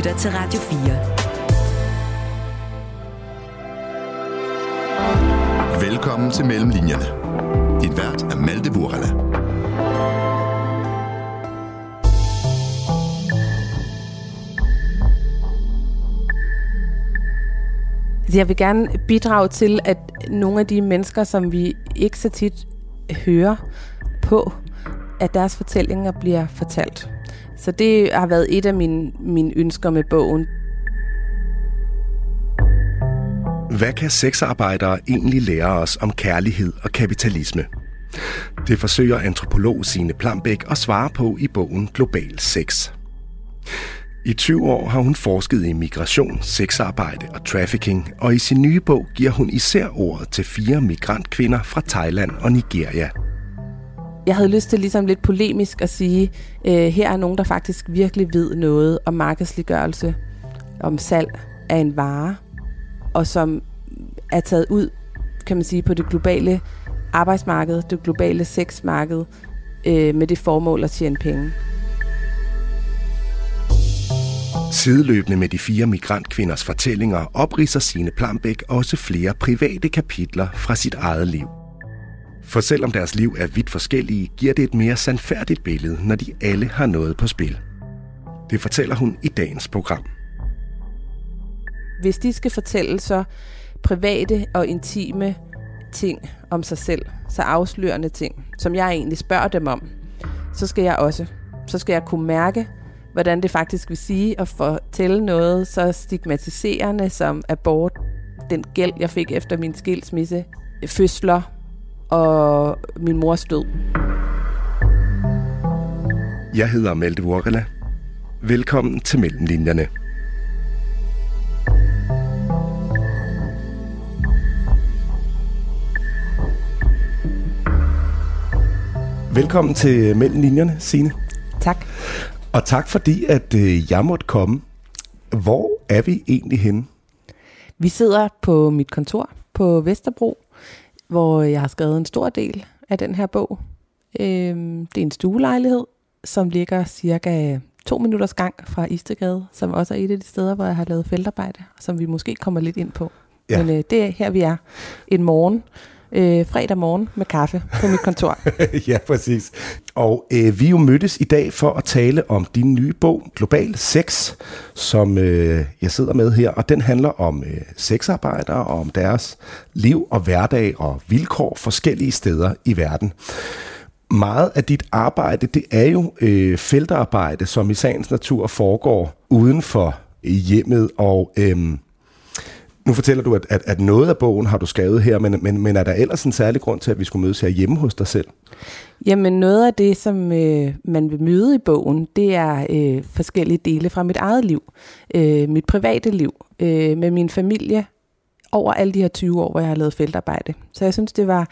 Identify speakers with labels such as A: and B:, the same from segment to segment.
A: lytter til Radio 4.
B: Velkommen til Mellemlinjerne. Din vært er Malte Burala.
C: Jeg vil gerne bidrage til, at nogle af de mennesker, som vi ikke så tit hører på, at deres fortællinger bliver fortalt. Så det har været et af mine ønsker med bogen.
D: Hvad kan sexarbejdere egentlig lære os om kærlighed og kapitalisme? Det forsøger antropolog Signe Plambæk at svare på i bogen Global Sex. I 20 år har hun forsket i migration, sexarbejde og trafficking, og i sin nye bog giver hun især ordet til 4 migrantkvinder fra Thailand og Nigeria.
C: Jeg havde lyst til ligesom lidt polemisk at sige, her er nogen, der faktisk virkelig ved noget om markedsliggørelse, om salg af en vare, og som er taget ud, kan man sige, på det globale arbejdsmarked, det globale sexmarked, med det formål at tjene penge.
D: Sideløbende med de 4 migrantkvinders fortællinger opridser Signe Plambæk også flere private kapitler fra sit eget liv. For selvom deres liv er vidt forskellige, giver det et mere sandfærdigt billede, når de alle har noget på spil. Det fortæller hun i dagens program.
C: Hvis de skal fortælle så private og intime ting om sig selv, så afslørende ting, som jeg egentlig spørger dem om, så skal jeg kunne mærke, hvordan det faktisk vil sige at fortælle noget så stigmatiserende som abort, den gæld, jeg fik efter min skilsmisse, fødsler og min mors død.
D: Jeg hedder Malte Burala. Velkommen til Mellemlinjerne. Velkommen til Mellemlinjerne, Signe.
C: Tak.
D: Og tak fordi, at jeg måtte komme. Hvor er vi egentlig henne?
C: Vi sidder på mit kontor på Vesterbro, hvor jeg har skrevet en stor del af den her bog. Det er en stuelejlighed, som ligger cirka 2 minutters gang fra Istedgade, som også er et af de steder, hvor jeg har lavet feltarbejde, som vi måske kommer lidt ind på. Ja. Men det er her, vi er en morgen. Fredag morgen med kaffe på mit kontor.
D: Ja, præcis. Og vi jo mødtes i dag for at tale om din nye bog, Global Sex, som jeg sidder med her. Og den handler om sexarbejdere og om deres liv og hverdag og vilkår forskellige steder i verden. Meget af dit arbejde, det er jo feltarbejde, som i sagens natur foregår uden for hjemmet. Og nu fortæller du, at noget af bogen har du skrevet her, men er der ellers en særlig grund til, at vi skulle mødes her hjemme hos dig selv?
C: Jamen noget af det, som man vil møde i bogen, det er forskellige dele fra mit eget liv. Mit private liv med min familie over alle de her 20 år, hvor jeg har lavet feltarbejde. Så jeg synes, det var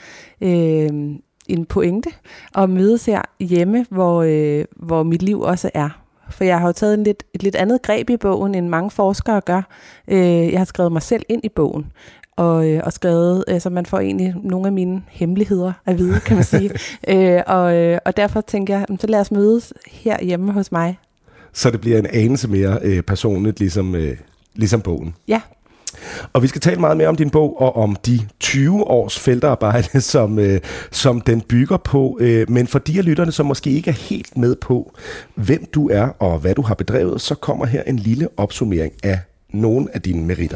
C: en pointe at mødes her hjemme, hvor mit liv også er. For jeg har jo taget et lidt andet greb i bogen, end mange forskere gør. Jeg har skrevet mig selv ind i bogen, og skrevet, så man får egentlig nogle af mine hemmeligheder at vide, kan man sige. Og derfor tænker jeg, så lad os mødes herhjemme hos mig.
D: Så det bliver en anelse mere personligt, ligesom bogen?
C: Ja.
D: Og vi skal tale meget mere om din bog og om de 20 års feltarbejde, som den bygger på. Men for de af lytterne, som måske ikke er helt med på, hvem du er og hvad du har bedrevet, så kommer her en lille opsummering af nogle af dine meritter.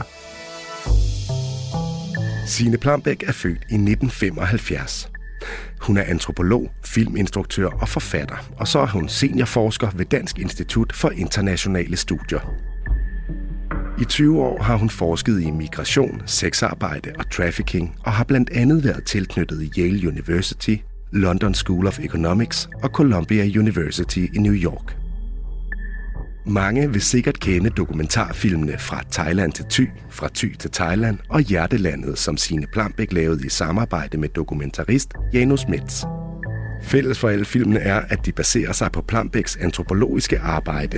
D: Signe Plambæk er født i 1975. Hun er antropolog, filminstruktør og forfatter, og så er hun seniorforsker ved Dansk Institut for Internationale Studier. I 20 år har hun forsket i migration, sexarbejde og trafficking, og har blandt andet været tilknyttet Yale University, London School of Economics og Columbia University i New York. Mange vil sikkert kende dokumentarfilmene Fra Thailand til Thy, Fra Thy til Thailand og Hjertelandet, som Signe Plambæk lavede i samarbejde med dokumentarist Janus Metz. Fælles for alle filmene er, at de baserer sig på Plambæks antropologiske arbejde.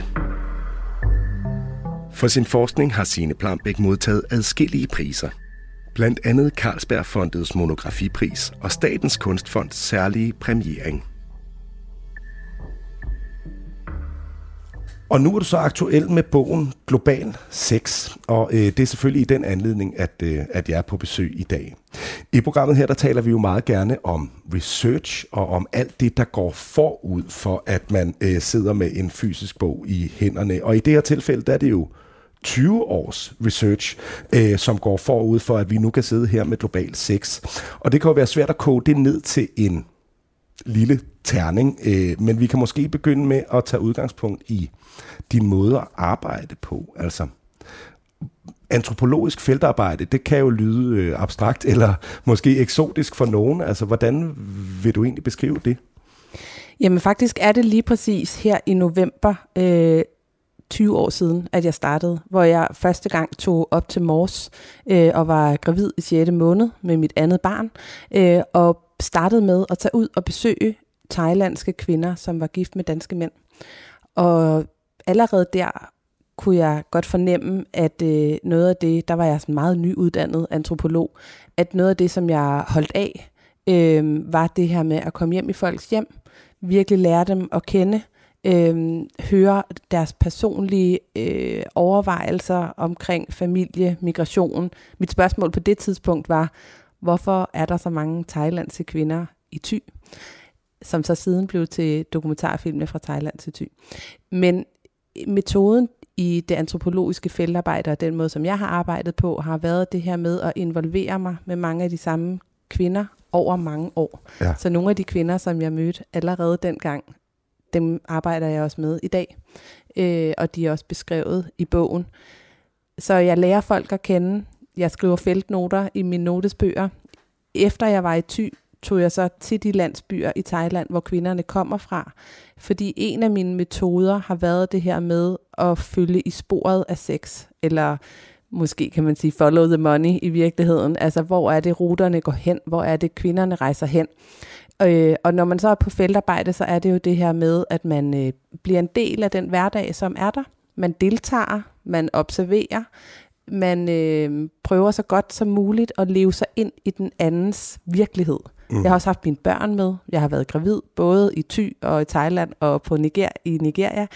D: For sin forskning har Signe Plambæk modtaget adskillige priser. Blandt andet Carlsbergfondets monografipris og Statens Kunstfonds særlige præmiering. Og nu er du så aktuel med bogen Global Sex, og det er selvfølgelig i den anledning, at jeg er på besøg i dag. I programmet her, der taler vi jo meget gerne om research og om alt det, der går forud for, at man sidder med en fysisk bog i hænderne. Og i det her tilfælde, der er det jo 20 års research, som går forud for, at vi nu kan sidde her med Global Sex. Og det kan jo være svært at koge det ned til en lille terning, men vi kan måske begynde med at tage udgangspunkt i din måde at arbejde på. Altså, antropologisk feltarbejde, det kan jo lyde abstrakt eller måske eksotisk for nogen. Altså, hvordan vil du egentlig beskrive det?
C: Jamen faktisk er det lige præcis her i november 20 år siden, at jeg startede, hvor jeg første gang tog op til Mors og var gravid i 6. måned med mit andet barn, og startede med at tage ud og besøge thailandske kvinder, som var gift med danske mænd. Og allerede der kunne jeg godt fornemme, at noget af det, der var jeg sådan meget nyuddannet antropolog, at noget af det, som jeg holdt af, var det her med at komme hjem i folks hjem, virkelig lære dem at kende, høre deres personlige overvejelser omkring familie, migration. Mit spørgsmål på det tidspunkt var, hvorfor er der så mange thailandske kvinder i Thy, som så siden blev til dokumentarfilmene fra Thailand til Thy. Men metoden i det antropologiske feltarbejde og den måde, som jeg har arbejdet på, har været det her med at involvere mig med mange af de samme kvinder over mange år. Ja. Så nogle af de kvinder, som jeg mødte allerede dengang, dem arbejder jeg også med i dag, og de er også beskrevet i bogen. Så jeg lærer folk at kende. Jeg skriver feltnoter i mine notesbøger. Efter jeg var i Thy, tog jeg så til de landsbyer i Thailand, hvor kvinderne kommer fra. Fordi en af mine metoder har været det her med at følge i sporet af sex, eller måske kan man sige follow the money i virkeligheden. Altså hvor er det ruterne går hen, hvor er det kvinderne rejser hen. Og når man så er på feltarbejde, så er det jo det her med, at man bliver en del af den hverdag, som er der. Man deltager, man observerer, man prøver så godt som muligt at leve sig ind i den andens virkelighed. Jeg har også haft mine børn med. Jeg har været gravid, både i Thy og i Thailand og på i Nigeria.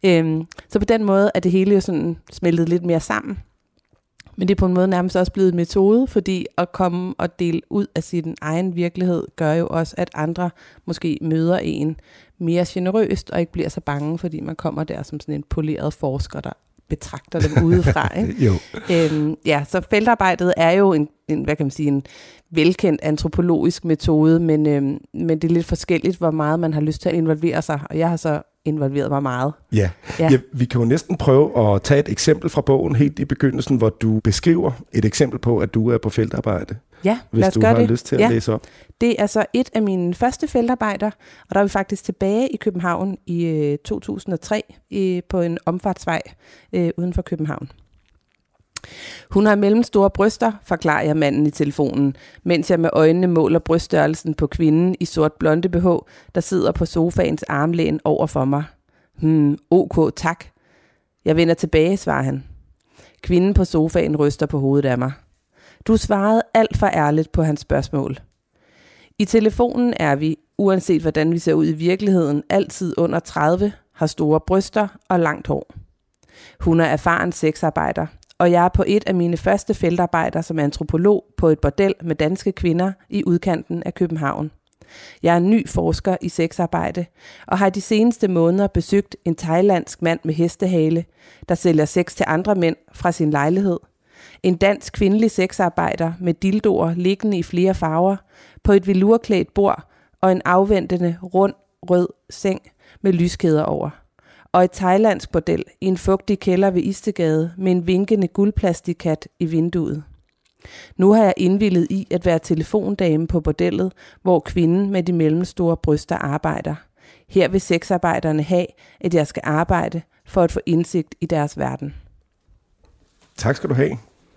C: Så på den måde er det hele jo sådan smeltet lidt mere sammen. Men det er på en måde nærmest også blevet en metode, fordi at komme og dele ud af sin egen virkelighed, gør jo også, at andre måske møder en mere generøst, og ikke bliver så bange, fordi man kommer der som sådan en poleret forsker, der betragter dem udefra. Ikke? Jo. Så feltarbejdet er jo en, hvad kan man sige, en velkendt antropologisk metode, men det er lidt forskelligt, hvor meget man har lyst til at involvere sig, og jeg har så involveret mig meget. Ja,
D: vi kan jo næsten prøve at tage et eksempel fra bogen helt i begyndelsen, hvor du beskriver et eksempel på, at du er på feltarbejde.
C: Ja,
D: lad os gøre det. Hvis du har lyst til at læse op.
C: Det er så et af mine første feltarbejder, og der er vi faktisk tilbage i København i 2003 på en omfartsvej uden for København. Hun har mellemstore bryster, forklarer jeg manden i telefonen, mens jeg med øjnene måler bryststørrelsen på kvinden i sort blonde BH, der sidder på sofaens armlæn over for mig. OK, tak. Jeg vender tilbage, svarer han. Kvinden på sofaen ryster på hovedet af mig. Du svarede alt for ærligt på hans spørgsmål. I telefonen er vi, uanset hvordan vi ser ud i virkeligheden, altid under 30, har store bryster og langt hår. Hun er erfaren sexarbejder, og jeg er på et af mine første feltarbejder som antropolog på et bordel med danske kvinder i udkanten af København. Jeg er en ny forsker i sexarbejde, og har de seneste måneder besøgt en thailandsk mand med hestehale, der sælger sex til andre mænd fra sin lejlighed. En dansk kvindelig sexarbejder med dildoer liggende i flere farver, på et velurklædt bord og en afventende, rund, rød seng med lyskæder over. Og et thailandsk bordel i en fugtig kælder ved Istegade med en vinkende guldplastikkat i vinduet. Nu har jeg indvillet i at være telefondame på bordellet, hvor kvinden med de mellemstore bryster arbejder. Her vil sexarbejderne have, at jeg skal arbejde for at få indsigt i deres verden.
D: Tak skal du have.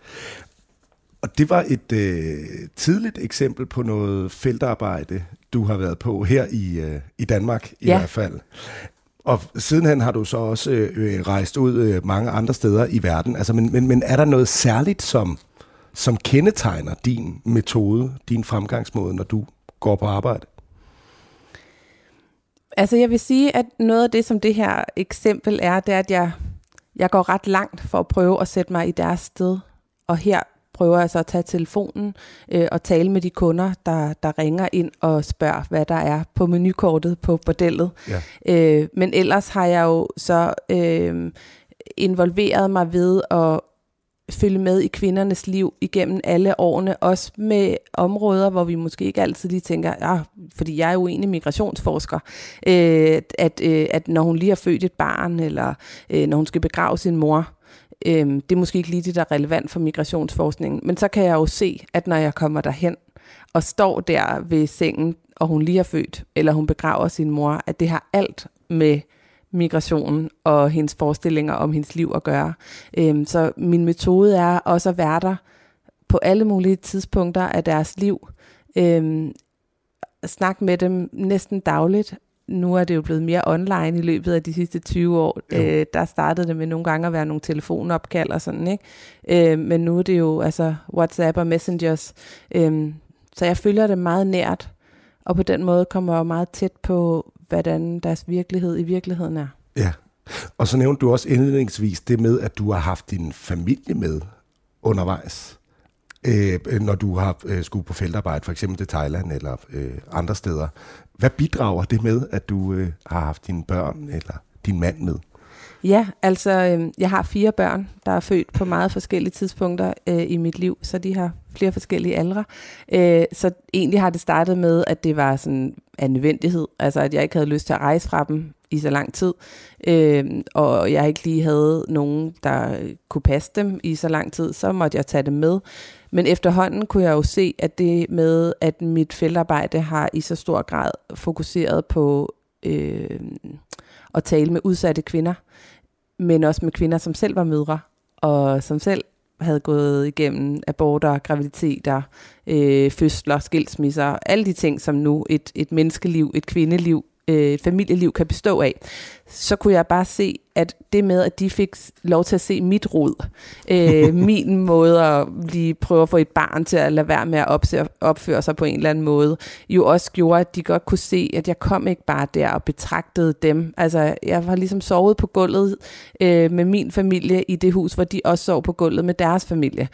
D: Og det var et tidligt eksempel på noget feltarbejde, du har været på her i Danmark i hvert fald. Og sidenhen har du så også rejst ud mange andre steder i verden. Altså, men er der noget særligt, som kendetegner din metode, din fremgangsmåde, når du går på arbejde?
C: Altså jeg vil sige, at noget af det, som det her eksempel er, det er, at jeg går ret langt for at prøve at sætte mig i deres sted. Og her prøver jeg så at tage telefonen og tale med de kunder, der ringer ind og spørger, hvad der er på menukortet på bordellet. Ja. Men ellers har jeg jo så involveret mig ved at følge med i kvindernes liv igennem alle årene, også med områder, hvor vi måske ikke altid lige tænker, fordi jeg er jo egentlig migrationsforsker, at når hun lige har født et barn, eller når hun skal begrave sin mor, det er måske ikke lige det, der er relevant for migrationsforskningen, men så kan jeg jo se, at når jeg kommer derhen og står der ved sengen, og hun lige har født, eller hun begraver sin mor, at det har alt med migrationen og hendes forestillinger om hendes liv at gøre. Så min metode er også at være der på alle mulige tidspunkter af deres liv. Snakke med dem næsten dagligt. Nu er det jo blevet mere online i løbet af de sidste 20 år. Der startede det med nogle gange at være nogle telefonopkald og sådan, ikke? Men nu er det jo altså WhatsApp og Messengers. Så jeg følger det meget nært, og på den måde kommer jeg meget tæt på, hvordan deres virkelighed i virkeligheden er. Ja,
D: og så nævnte du også indledningsvis det med, at du har haft din familie med undervejs, når du har skulle på feltarbejde, for eksempel til Thailand eller andre steder. Hvad bidrager det med, at du har haft dine børn eller din mand med?
C: Ja, altså jeg har 4 børn, der er født på meget forskellige tidspunkter i mit liv, så de har flere forskellige aldre. Så egentlig har det startet med, at det var sådan en nødvendighed, altså at jeg ikke havde lyst til at rejse fra dem i så lang tid, og jeg ikke lige havde nogen, der kunne passe dem i så lang tid, så måtte jeg tage dem med. Men efterhånden kunne jeg jo se, at det med, at mit feltarbejde har i så stor grad fokuseret på at tale med udsatte kvinder, men også med kvinder, som selv var mødre, og som selv havde gået igennem aborter, graviditeter, fødsler, skilsmisser, alle de ting, som nu et menneskeliv, et kvindeliv, et familieliv kan bestå af, så kunne jeg bare se, at det med, at de fik lov til at se mit rod, min måde at lige prøve at få et barn til at lade være med at opføre sig på en eller anden måde, jo også gjorde, at de godt kunne se, at jeg kom ikke bare der og betragtede dem. Altså, jeg var ligesom sovet på gulvet med min familie i det hus, hvor de også sov på gulvet med deres familie.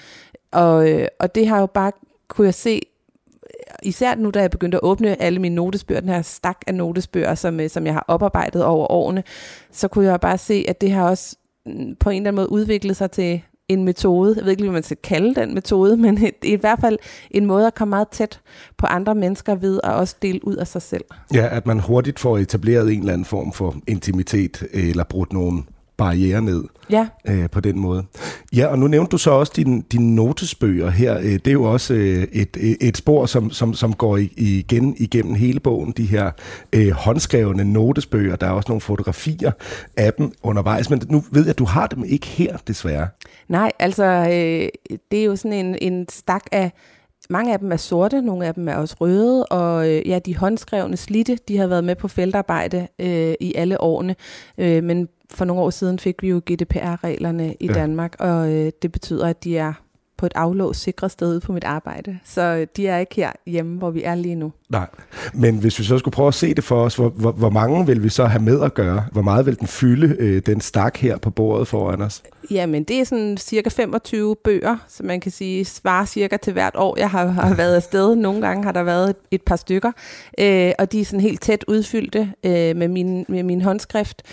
C: Og det har jo bare, kunne jeg se, især nu, da jeg begyndte at åbne alle mine notesbøger, den her stak af notesbøger, som jeg har oparbejdet over årene, så kunne jeg bare se, at det har også på en eller anden måde udviklet sig til en metode. Jeg ved ikke, hvad man skal kalde den metode, men i hvert fald en måde at komme meget tæt på andre mennesker ved at også dele ud af sig selv. Ja,
D: at man hurtigt får etableret en eller anden form for intimitet, eller brudt nogle barrierer ned på den måde. Ja, og nu nævnte du så også dine notesbøger her. Det er jo også et spor, som går igen igennem hele bogen, de her håndskrevne notesbøger. Der er også nogle fotografier af dem undervejs, men nu ved jeg, at du har dem ikke her, desværre.
C: Nej, altså det er jo sådan en stak af. Mange af dem er sorte, nogle af dem er også røde, og de håndskrevne slidte, de har været med på feltarbejde i alle årene, men for nogle år siden fik vi jo GDPR-reglerne i Danmark, og det betyder, at de er på et aflåst sikret sted på mit arbejde. Så de er ikke her hjemme, hvor vi er lige nu. Nej,
D: men hvis vi så skulle prøve at se det for os, hvor mange vil vi så have med at gøre? Hvor meget vil den fylde, den stak her på bordet foran os?
C: Jamen, det er sådan cirka 25 bøger, som man kan sige svarer cirka til hvert år. Jeg har været afsted. Nogle gange har der været et par stykker, og de er sådan helt tæt udfyldte med min håndskrift.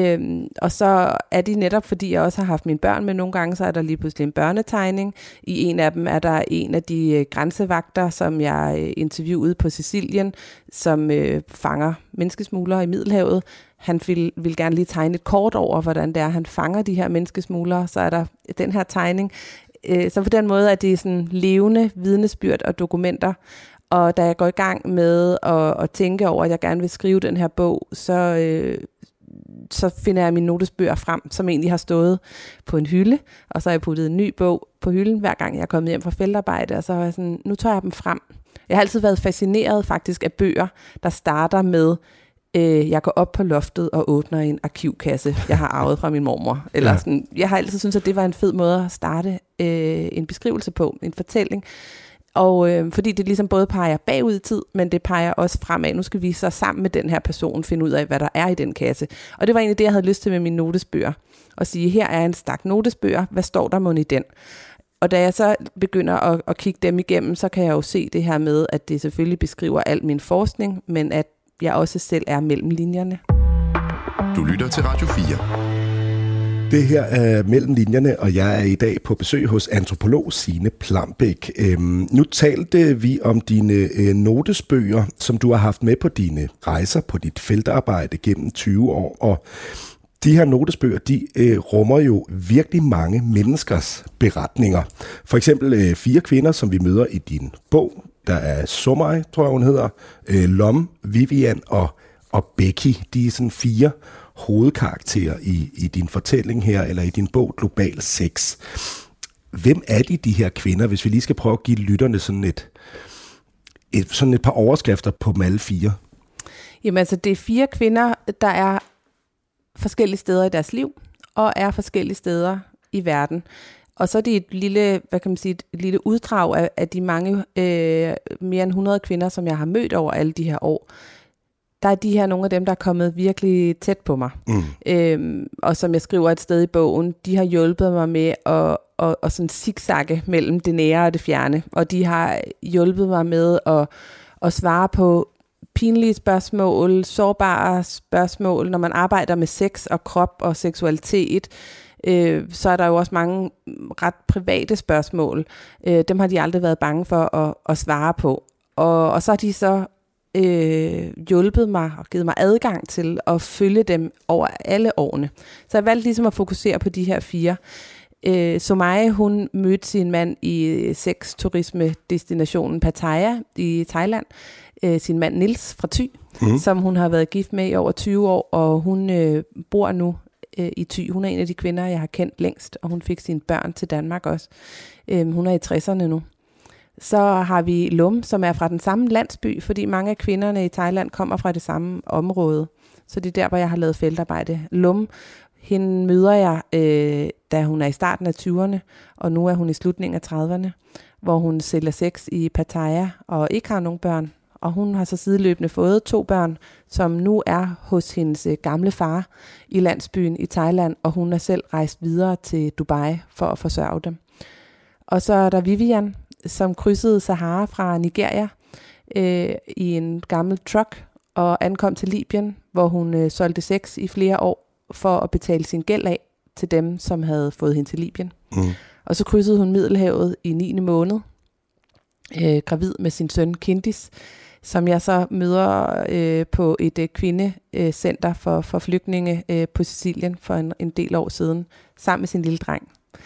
C: Og så er de netop, fordi jeg også har haft mine børn med nogle gange, så er der lige pludselig en børnetegning. I en af dem er der en af de grænsevagter, som jeg interviewede på Sicilien, som fanger menneskesmuglere i Middelhavet. Han vil gerne lige tegne et kort over, hvordan det er, han fanger de her menneskesmuglere. Så er der den her tegning. Så på den måde er det sådan levende vidnesbyrd og dokumenter. Og da jeg går i gang med at tænke over, at jeg gerne vil skrive den her bog, så finder jeg mine notesbøger frem, som egentlig har stået på en hylde, og så har jeg puttet en ny bog på hylden, hver gang jeg er kommet hjem fra feltarbejde, og så er jeg sådan, nu tager jeg dem frem. Jeg har altid været fascineret faktisk af bøger, der starter med, jeg går op på loftet og åbner en arkivkasse, jeg har arvet fra min mormor. Eller sådan. Jeg har altid syntes, at det var en fed måde at starte en beskrivelse på, en fortælling. Og fordi det ligesom både peger bagud i tid, men det peger også fremad. Nu skal vi så sammen med den her person finde ud af, hvad der er i den kasse. Og det var egentlig det, jeg havde lyst til med mine notesbøger. Og sige, her er en stak notesbøger. Hvad står der mon i den? Og da jeg så begynder at kigge dem igennem, så kan jeg jo se det her med, at det selvfølgelig beskriver al min forskning, men at jeg også selv er mellem linjerne.
B: Du lytter til Radio 4.
D: Det her er Mellem Linjerne, og jeg er i dag på besøg hos antropolog Signe Plambæk. Nu talte vi om dine notesbøger, som du har haft med på dine rejser på dit feltarbejde gennem 20 år. Og de her notesbøger, de rummer jo virkelig mange menneskers beretninger. For eksempel 4 kvinder, som vi møder i din bog. Der er Somai, tror jeg hun hedder, Lom, Vivian og Becky. De er sådan 4 hovedkarakterer i din fortælling her, eller i din bog Global Sex. Hvem er de her kvinder, hvis vi lige skal prøve at give lytterne sådan et par overskrifter på dem alle 4?
C: Jamen altså, det er 4 kvinder, der er forskellige steder i deres liv, og er forskellige steder i verden. Og så er det et lille, et lille uddrag af de mange, mere end 100 kvinder, som jeg har mødt over alle de her år. Der er de her nogle af dem, der er kommet virkelig tæt på mig. Og som jeg skriver et sted i bogen, de har hjulpet mig med at sådan zigzagge mellem det nære og det fjerne. Og de har hjulpet mig med at svare på pinlige spørgsmål, sårbare spørgsmål. Når man arbejder med sex og krop og seksualitet, så er der jo også mange ret private spørgsmål. Dem har de aldrig været bange for at svare på. Og så har de så hjulpet mig og givet mig adgang til at følge dem over alle årene. Så jeg valgte ligesom at fokusere på de her 4. Somai, hun mødte sin mand i sexturisme-destinationen Pattaya i Thailand. Sin mand Nils fra Thy, som hun har været gift med i over 20 år, og hun bor nu i Thy. Hun er en af de kvinder, jeg har kendt længst, og hun fik sine børn til Danmark også. Hun er i 60'erne nu. Så har vi Lum, som er fra den samme landsby, fordi mange af kvinderne i Thailand kommer fra det samme område. Så det er der, hvor jeg har lavet feltarbejde. Lum, hende møder jeg, da hun er i starten af 20'erne, og nu er hun i slutningen af 30'erne, hvor hun sælger sex i Pattaya og ikke har nogen børn. Og hun har så sideløbende fået 2 børn, som nu er hos hendes gamle far i landsbyen i Thailand, og hun er selv rejst videre til Dubai for at forsørge dem. Og så er der Vivian, som krydsede Sahara fra Nigeria i en gammel truck og ankom til Libyen, hvor hun solgte sex i flere år for at betale sin gæld af til dem, som havde fået hende til Libyen. Og så krydsede hun Middelhavet i 9. måned, gravid med sin søn Kindis, som jeg så møder på et kvindecenter for flygtninge på Sicilien for en del år siden, sammen med sin lille dreng.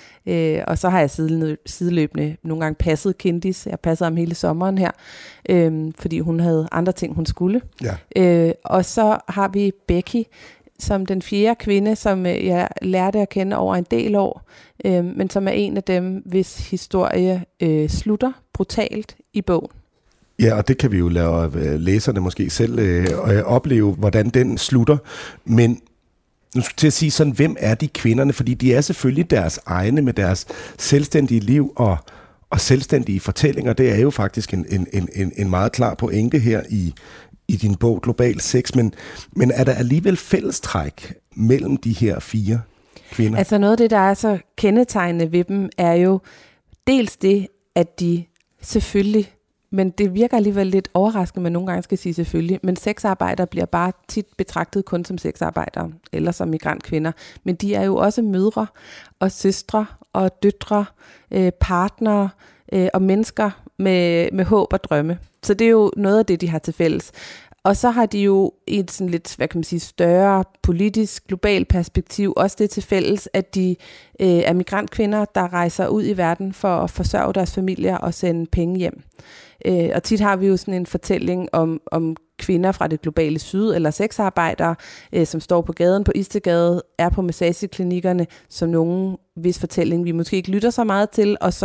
C: Og så har jeg sideløbende nogle gange passet Kindis. Jeg passede ham hele sommeren her, fordi hun havde andre ting, hun skulle. Ja. Og så har vi Becky, som den 4. kvinde, som jeg lærte at kende over en del år, men som er en af dem, hvis historie slutter brutalt i bogen.
D: Ja, og det kan vi jo lade læserne måske selv opleve, hvordan den slutter. Men nu skal jeg til at sige sådan, hvem er de kvinderne? Fordi de er selvfølgelig deres egne med deres selvstændige liv og selvstændige fortællinger. Det er jo faktisk en meget klar pointe her i din bog Global Sex. Men er der alligevel fællestræk mellem de her 4 kvinder?
C: Altså noget af det, der er så kendetegnende ved dem, er jo dels det, at de selvfølgelig, men det virker alligevel lidt overraskende, at man nogle gange skal sige selvfølgelig, men sexarbejdere bliver bare tit betragtet kun som sexarbejdere, eller som migrantkvinder. Men de er jo også mødre og søstre og døtre, partnere og mennesker med håb og drømme. Så det er jo noget af det, de har til fælles. Og så har de jo i et sådan lidt, større politisk, globalt perspektiv også det til fælles, at de er migrantkvinder, der rejser ud i verden for at forsørge deres familier og sende penge hjem. Og tit har vi jo sådan en fortælling om kvinder fra det globale syd, eller sexarbejdere, som står på gaden på Istedgade, er på massageklinikkerne, som nogen, hvis fortælling vi måske ikke lytter så meget til, og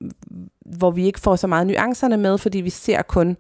C: hvor vi ikke får så meget nuancerne med, fordi vi ser kun,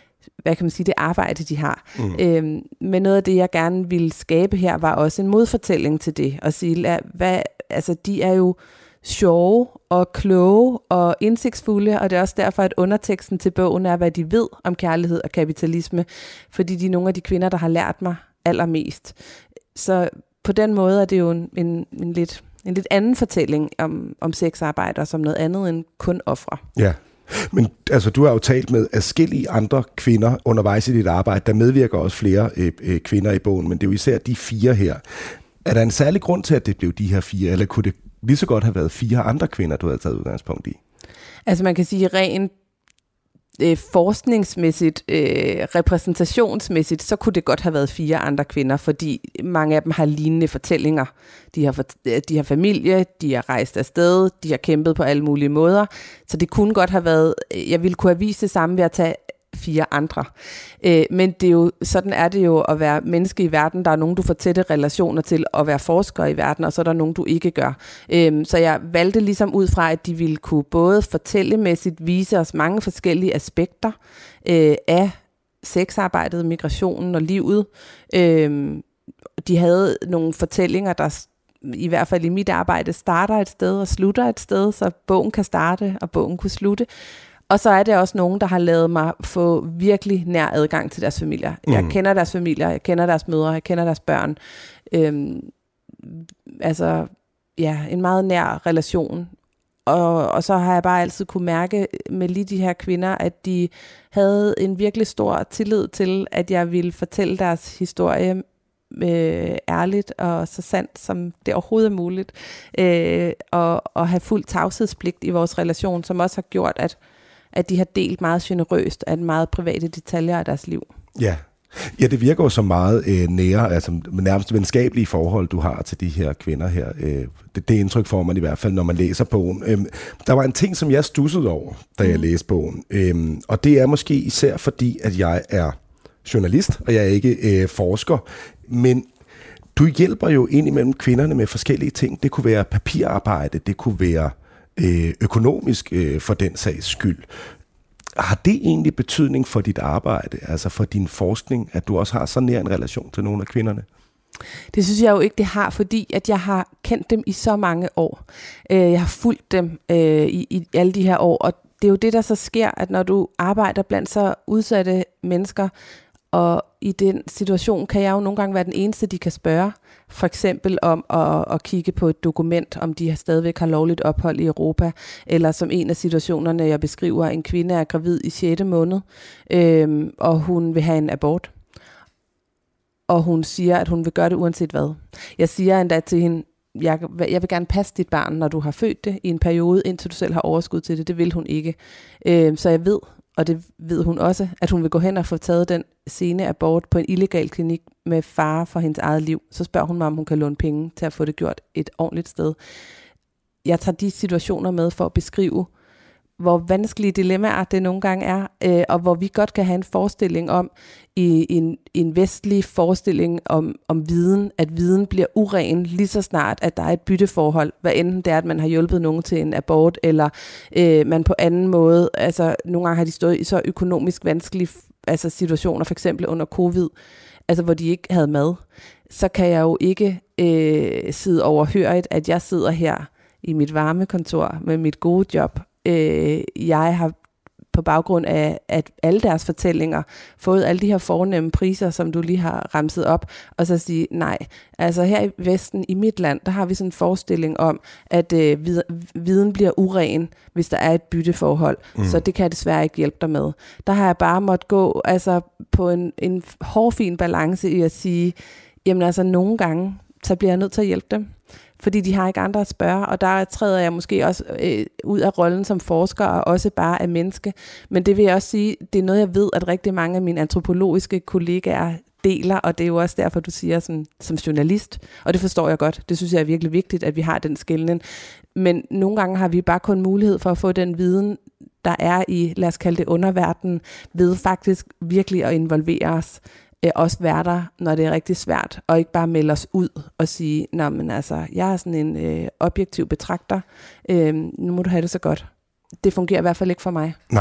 C: det arbejde, de har. Men noget af det, jeg gerne ville skabe her, var også en modfortælling til det, og sige, de er jo sjove og kloge og indsigtsfulde, og det er også derfor, at underteksten til bogen er, hvad de ved om kærlighed og kapitalisme, fordi de er nogle af de kvinder, der har lært mig allermest. Så på den måde er det jo en lidt anden fortælling om sexarbejder som noget andet end kun ofre.
D: Ja, men altså, du har jo talt med adskillige andre kvinder undervejs i dit arbejde. Der medvirker også flere kvinder i bogen, men det er jo især de 4 her. Er der en særlig grund til, at det blev de her 4, eller kunne det lige så godt have været 4 andre kvinder, du havde taget udgangspunkt i?
C: Altså man kan sige rent forskningsmæssigt, repræsentationsmæssigt, så kunne det godt have været 4 andre kvinder, fordi mange af dem har lignende fortællinger. De har familie, de har rejst afsted, de har kæmpet på alle mulige måder, så det kunne godt have været, jeg ville kunne have vist det samme ved at tage 4 andre. Men det er jo, sådan er det jo at være menneske i verden. Der er nogen, du får tætte relationer til, at være forsker i verden, og så er der nogen, du ikke gør. Så jeg valgte ligesom ud fra, at de ville kunne både fortællemæssigt vise os mange forskellige aspekter af sexarbejdet, migrationen og livet. De havde nogle fortællinger, der i hvert fald i mit arbejde starter et sted og slutter et sted, så bogen kan starte, og bogen kunne slutte. Og så er det også nogen, der har lavet mig få virkelig nær adgang til deres familier. Jeg kender deres familier, jeg kender deres mødre, jeg kender deres børn. En meget nær relation. Og så har jeg bare altid kunne mærke med lige de her kvinder, at de havde en virkelig stor tillid til, at jeg ville fortælle deres historie ærligt og så sandt, som det overhovedet er muligt. Og have fuld tavshedspligt i vores relation, som også har gjort, at de har delt meget generøst af meget private detaljer af deres liv.
D: Ja, det virker jo så meget nære, altså nærmest venskabelige forhold, du har til de her kvinder her. Det indtryk får man i hvert fald, når man læser bogen. Der var en ting, som jeg studsede over, da jeg læste bogen, og det er måske især fordi, at jeg er journalist, og jeg er ikke forsker, men du hjælper jo indimellem kvinderne med forskellige ting. Det kunne være papirarbejde, det kunne være økonomisk for den sags skyld. Har det egentlig betydning for dit arbejde, altså for din forskning, at du også har så nær en relation til nogle af kvinderne?
C: Det synes jeg jo ikke, det har, fordi at jeg har kendt dem i så mange år. Jeg har fulgt dem i alle de her år, og det er jo det, der så sker, at når du arbejder blandt så udsatte mennesker, og i den situation kan jeg jo nogle gange være den eneste, de kan spørge. For eksempel om at kigge på et dokument, om de stadigvæk har lovligt ophold i Europa. Eller som en af situationerne, jeg beskriver, en kvinde er gravid i 6. måned, og hun vil have en abort. Og hun siger, at hun vil gøre det uanset hvad. Jeg siger endda til hende, jeg vil gerne passe dit barn, når du har født det, i en periode, indtil du selv har overskud til det. Det vil hun ikke. Så jeg ved, og det ved hun også, at hun vil gå hen og få taget den sene abort på en illegal klinik med fare for hendes eget liv. Så spørger hun mig, om hun kan låne penge til at få det gjort et ordentligt sted. Jeg tager de situationer med for at beskrive, hvor vanskelige dilemmaer det nogle gange er, og hvor vi godt kan have en forestilling om, i en vestlig forestilling om viden, at viden bliver uren lige så snart, at der er et bytteforhold, hvad enten det er, at man har hjulpet nogen til en abort, eller man på anden måde, altså nogle gange har de stået i så økonomisk vanskelige situationer, for eksempel under covid, altså hvor de ikke havde mad, så kan jeg jo ikke sidde overhørigt, at jeg sidder her i mit varmekontor med mit gode job. Jeg har på baggrund af at alle deres fortællinger fået alle de her fornemme priser, som du lige har remset op, og så sige, nej, altså her i Vesten, i mit land, der har vi sådan en forestilling om, at viden bliver uren, hvis der er et bytteforhold, så det kan jeg desværre ikke hjælpe dig med. Der har jeg bare måttet gå på en hårfin balance i at sige, jamen altså nogle gange, så bliver jeg nødt til at hjælpe dem. Fordi de har ikke andre at spørge, og der træder jeg måske også ud af rollen som forsker, og også bare af menneske. Men det vil jeg også sige, det er noget, jeg ved, at rigtig mange af mine antropologiske kollegaer deler, og det er jo også derfor, du siger som journalist, og det forstår jeg godt. Det synes jeg er virkelig vigtigt, at vi har den skelnen. Men nogle gange har vi bare kun mulighed for at få den viden, der er i, lad os kalde det underverdenen, ved faktisk virkelig at involvere os. Også være der, når det er rigtig svært, og ikke bare melde os ud og sige, nå, men altså, jeg er sådan en objektiv betragter, nu må du have det så godt. Det fungerer i hvert fald ikke for mig.
D: Nej.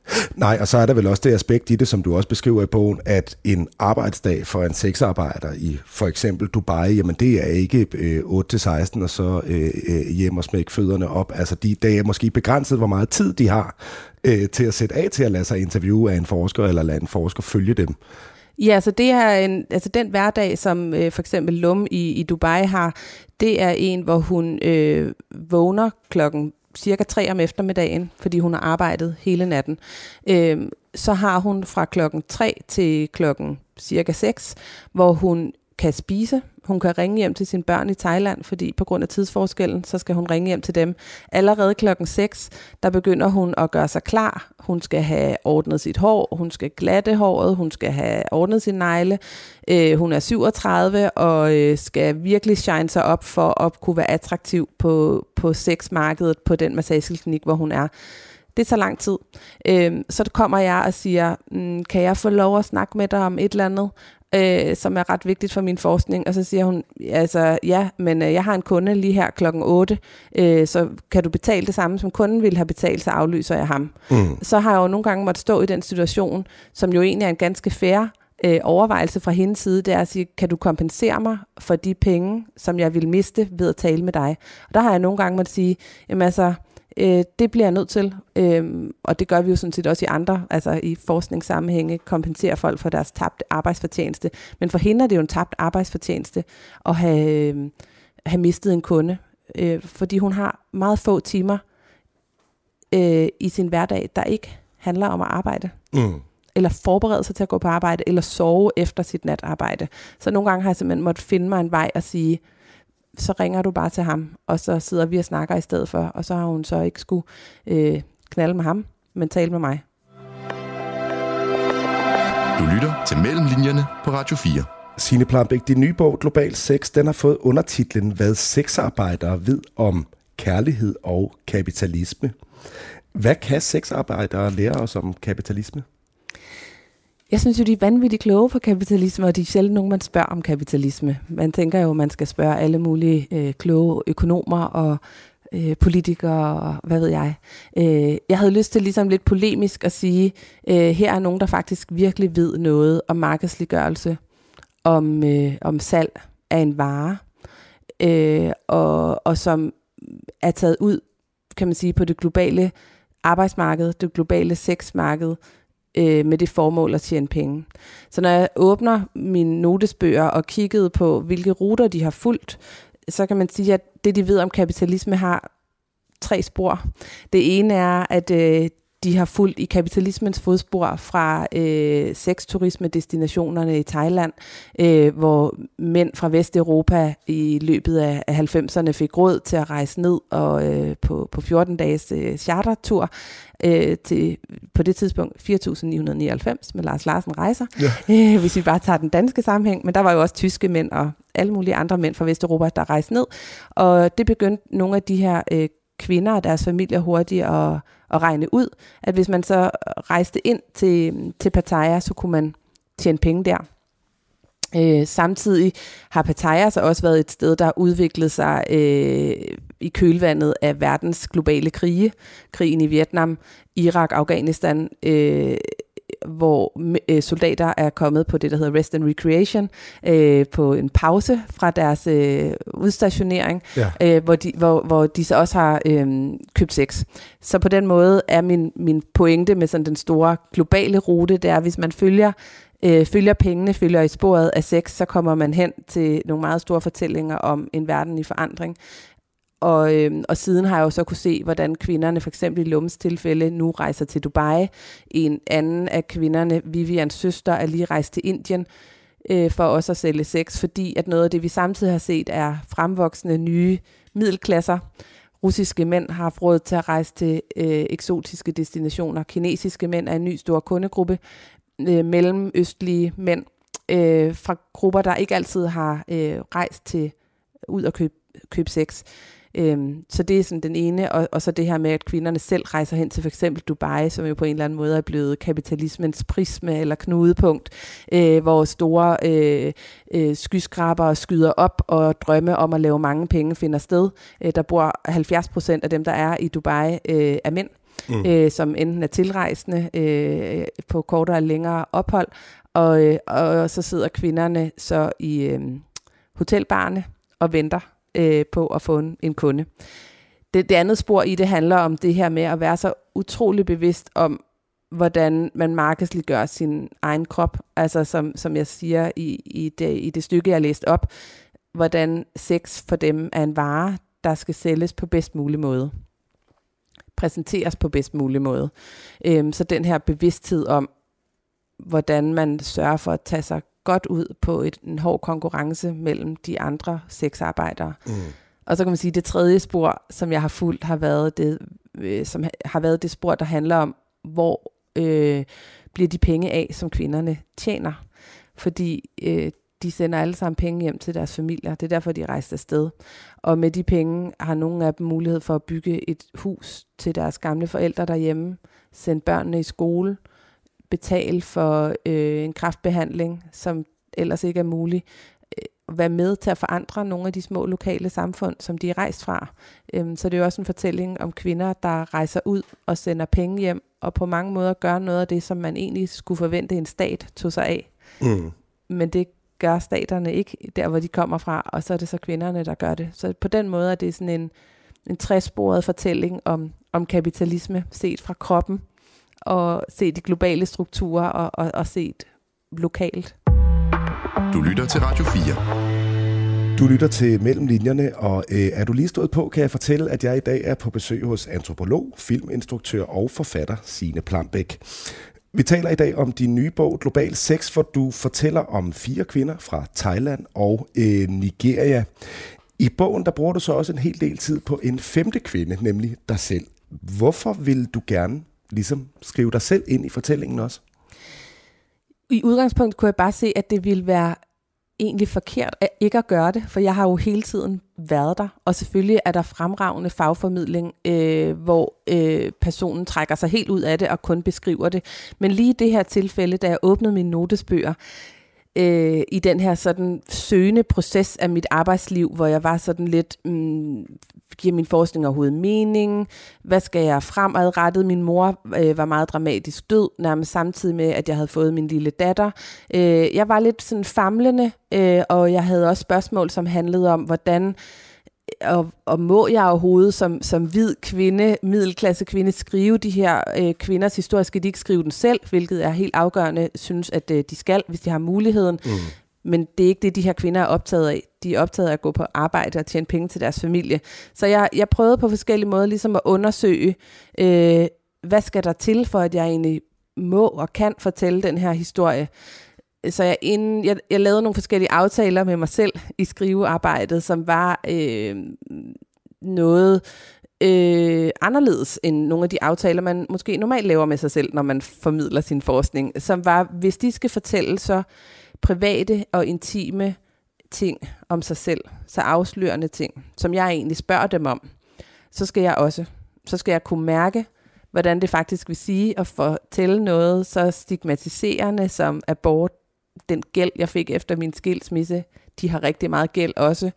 D: Nej, og så er der vel også det aspekt i det, som du også beskriver i bogen, at en arbejdsdag for en sexarbejder i for eksempel Dubai, jamen det er ikke 8-16 og så hjem og smække fødderne op. Altså de dage er måske begrænset, hvor meget tid de har til at sætte af til at lade sig interviewe af en forsker, eller lade en forsker følge dem.
C: Ja, så det er den hverdag, som for eksempel Lum i Dubai har, det er en, hvor hun vågner klokken cirka 3 om eftermiddagen, fordi hun har arbejdet hele natten. Så har hun fra klokken 3 til klokken cirka 6, hvor hun kan spise. Hun kan ringe hjem til sine børn i Thailand, fordi på grund af tidsforskellen, så skal hun ringe hjem til dem. Allerede klokken 6, der begynder hun at gøre sig klar. Hun skal have ordnet sit hår, hun skal glatte håret, hun skal have ordnet sin negle. Hun er 37 og skal virkelig shine sig op for at kunne være attraktiv på sexmarkedet på den massageklinik, hvor hun er. Det tager lang tid. Så kommer jeg og siger, kan jeg få lov at snakke med dig om et eller andet, som er ret vigtigt for min forskning. Og så siger hun, altså ja, men jeg har en kunde lige her klokken 8, så kan du betale det samme, som kunden ville have betalt, så aflyser jeg ham. Så har jeg jo nogle gange måttet stå i den situation, som jo egentlig er en ganske fair overvejelse fra hendes side, det er at sige, kan du kompensere mig for de penge, som jeg ville miste ved at tale med dig? Og der har jeg nogle gange måttet sige, jamen altså, det bliver jeg nødt til, og det gør vi jo sådan set også i andre, altså i forskningssammenhænge, kompensere folk for deres tabt arbejdsfortjeneste. Men for hende er det jo en tabt arbejdsfortjeneste at have mistet en kunde, fordi hun har meget få timer i sin hverdag, der ikke handler om at arbejde. Eller forberede sig til at gå på arbejde, eller sove efter sit natarbejde. Så nogle gange har jeg simpelthen måttet finde mig en vej og sige, så ringer du bare til ham, og så sidder vi og snakker i stedet for, og så har hun så ikke skulle knalde med ham, men tale med mig.
B: Du lytter til Mellemlinjerne på Radio 4.
D: Signe Plambæk, din nye bog, Global Sex, den har fået undertitlen Hvad sexarbejdere ved om kærlighed og kapitalisme. Hvad kan sexarbejdere lære os om kapitalisme?
C: Jeg synes jo, de er vanvittigt kloge på kapitalisme, og de er sjældent nogen, man spørger om kapitalisme. Man tænker jo, man skal spørge alle mulige kloge økonomer og politikere og hvad ved jeg. Jeg havde lyst til ligesom lidt polemisk at sige, her er nogen, der faktisk virkelig ved noget om markedsliggørelse, om salg af en vare, og som er taget ud, kan man sige, på det globale arbejdsmarked, det globale sexmarked, med det formål at tjene penge. Så når jeg åbner mine notesbøger og kiggede på, hvilke ruter de har fulgt, så kan man sige, at det, de ved om kapitalisme, har 3 spor. Det ene er, at de har fulgt i kapitalismens fodspor fra sexturisme-destinationerne i Thailand, hvor mænd fra Vesteuropa i løbet af 90'erne fik råd til at rejse ned og på 14 dages chartertur til på det tidspunkt 4.999 med Lars Larsen rejser, hvis vi bare tager den danske sammenhæng. Men der var jo også tyske mænd og alle mulige andre mænd fra Vesteuropa, der rejste ned. Og det begyndte nogle af de her kvinder og deres familier hurtigt at regne ud, at hvis man så rejste ind til Pattaya, så kunne man tjene penge der. Samtidig har Pattaya så også været et sted, der har udviklet sig i kølvandet af verdens globale krige. Krigen i Vietnam, Irak, Afghanistan, hvor soldater er kommet på det, der hedder Rest and Recreation, på en pause fra deres udstationering, hvor de så også har købt sex. Så på den måde er min pointe med sådan den store globale rute, det er, hvis man følger pengene, følger i sporet af sex, så kommer man hen til nogle meget store fortællinger om en verden i forandring. Og siden har jeg jo så kunne se, hvordan kvinderne, for eksempel i Lums tilfælde, nu rejser til Dubai. En anden af kvinderne, Vivians søster, er lige rejst til Indien for også at sælge sex, fordi at noget af det, vi samtidig har set, er fremvoksende nye middelklasser. Russiske mænd har haft råd til at rejse til eksotiske destinationer. Kinesiske mænd er en ny stor kundegruppe. Mellemøstlige mænd fra grupper, der ikke altid har rejst til ud og købe sex. Så det er sådan den ene, og så det her med, at kvinderne selv rejser hen til for eksempel Dubai, som jo på en eller anden måde er blevet kapitalismens prisme eller knudepunkt, hvor store skyskraber skyder op, og drømme om at lave mange penge finder sted. Der bor 70% af dem, der er i Dubai, er mænd. som enten er tilrejsende på kortere eller længere ophold, og så sidder kvinderne så i hotelbarne og venter på at få en kunde. Det andet spor i det handler om det her med at være så utrolig bevidst om, hvordan man markedsliggør sin egen krop. Altså som jeg siger i det stykke, jeg har læst op, hvordan sex for dem er en vare, der skal sælges på bedst mulig måde. Præsenteres på bedst mulig måde. Så den her bevidsthed om, hvordan man sørger for at tage sig godt ud på en hård konkurrence mellem de andre sexarbejdere. Og så kan man sige, at det tredje spor, som jeg har fulgt, har været det spor, der handler om, hvor bliver de penge af, som kvinderne tjener. Fordi de sender alle sammen penge hjem til deres familier. Det er derfor, de rejser afsted. Og med de penge har nogle af dem mulighed for at bygge et hus til deres gamle forældre derhjemme, sende børnene i skole, betale for en kræftbehandling, som ellers ikke er mulig, være med til at forandre nogle af de små lokale samfund, som de er rejst fra. Så det er jo også en fortælling om kvinder, der rejser ud og sender penge hjem, og på mange måder gør noget af det, som man egentlig skulle forvente, en stat tog sig af. Men det gør staterne ikke, der hvor de kommer fra, og så er det så kvinderne, der gør det. Så på den måde er det sådan en tresporet fortælling om kapitalisme, set fra kroppen, og set de globale strukturer, og set lokalt.
B: Du lytter til Radio 4.
D: Du lytter til Mellem Linjerne, og er du lige stået på, kan jeg fortælle, at jeg i dag er på besøg hos antropolog, filminstruktør og forfatter Signe Plambæk. Vi taler i dag om din nye bog, Global Sex, hvor du fortæller om 4 kvinder fra Thailand og Nigeria. I bogen der bruger du så også en hel del tid på en 5. kvinde, nemlig dig selv. Hvorfor vil du gerne ligesom skrive dig selv ind i fortællingen også?
C: I udgangspunktet kunne jeg bare se, at det ville være egentlig forkert at ikke at gøre det, for jeg har jo hele tiden været der, og selvfølgelig er der fremragende fagformidling, hvor personen trækker sig helt ud af det og kun beskriver det. Men lige i det her tilfælde, da jeg åbnede mine notesbøger, i den her sådan søgende proces af mit arbejdsliv, hvor jeg var sådan lidt, giver min forskning overhovedet mening? Hvad skal jeg fremadrettet? Min mor var meget dramatisk død, nærmest samtidig med, at jeg havde fået min lille datter. Jeg var lidt sådan famlende, og jeg havde også spørgsmål, som handlede om, hvordan og må jeg overhovedet som hvid kvinde, middelklasse kvinde, skrive de her kvinders historie? Skal de ikke skrive den selv, hvilket er helt afgørende, synes, at de skal, hvis de har muligheden. Men det er ikke det, de her kvinder er optaget af. De er optaget af at gå på arbejde og tjene penge til deres familie. Så jeg prøvede på forskellige måder ligesom at undersøge, hvad skal der til, for at jeg egentlig må og kan fortælle den her historie. Så jeg lavede nogle forskellige aftaler med mig selv i skrivearbejdet, som var noget anderledes end nogle af de aftaler, man måske normalt laver med sig selv, når man formidler sin forskning. Som var, hvis de skal fortælle så private og intime ting om sig selv, så afslørende ting, som jeg egentlig spørger dem om, så skal jeg kunne mærke, hvordan det faktisk vil sige at fortælle noget så stigmatiserende som abort, den gæld, jeg fik efter min skilsmisse. De har rigtig meget gæld også.